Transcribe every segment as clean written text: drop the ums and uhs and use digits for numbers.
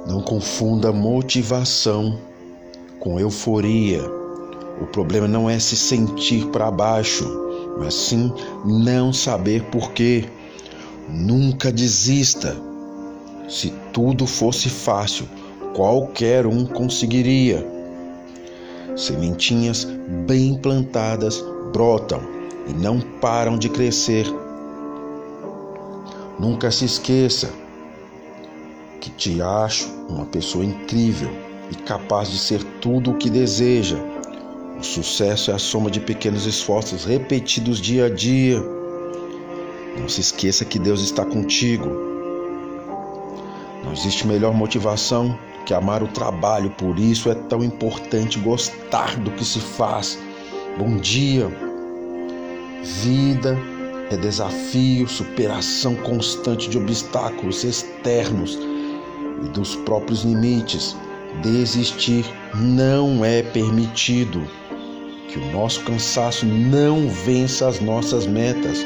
Não confunda motivação com euforia. O problema não é se sentir para baixo, mas sim não saber por quê. Nunca desista. Se tudo fosse fácil, qualquer um conseguiria. Sementinhas bem plantadas brotam e não param de crescer. Nunca se esqueça que te acho uma pessoa incrível e capaz de ser tudo o que deseja. O sucesso é a soma de pequenos esforços repetidos dia a dia. Não se esqueça que Deus está contigo. Não existe melhor motivação que amar o trabalho, por isso é tão importante gostar do que se faz. Bom dia. Vida é desafio, superação constante de obstáculos externos e dos próprios limites. Desistir não é permitido. Que o nosso cansaço não vença as nossas metas.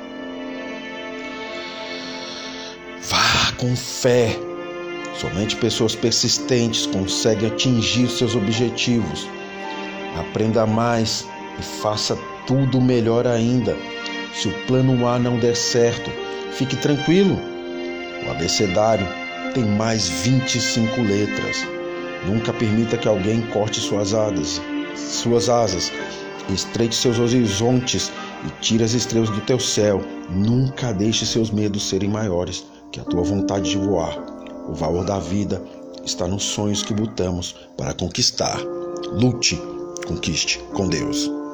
Vá com fé. Somente pessoas persistentes conseguem atingir seus objetivos. Aprenda mais e faça tudo melhor ainda. Se o plano A não der certo, fique tranquilo. O abecedário tem mais 25 letras. Nunca permita que alguém corte suas asas, estreite seus horizontes e tire as estrelas do teu céu. Nunca deixe seus medos serem maiores que a tua vontade de voar. O valor da vida está nos sonhos que lutamos para conquistar. Lute, conquiste com Deus.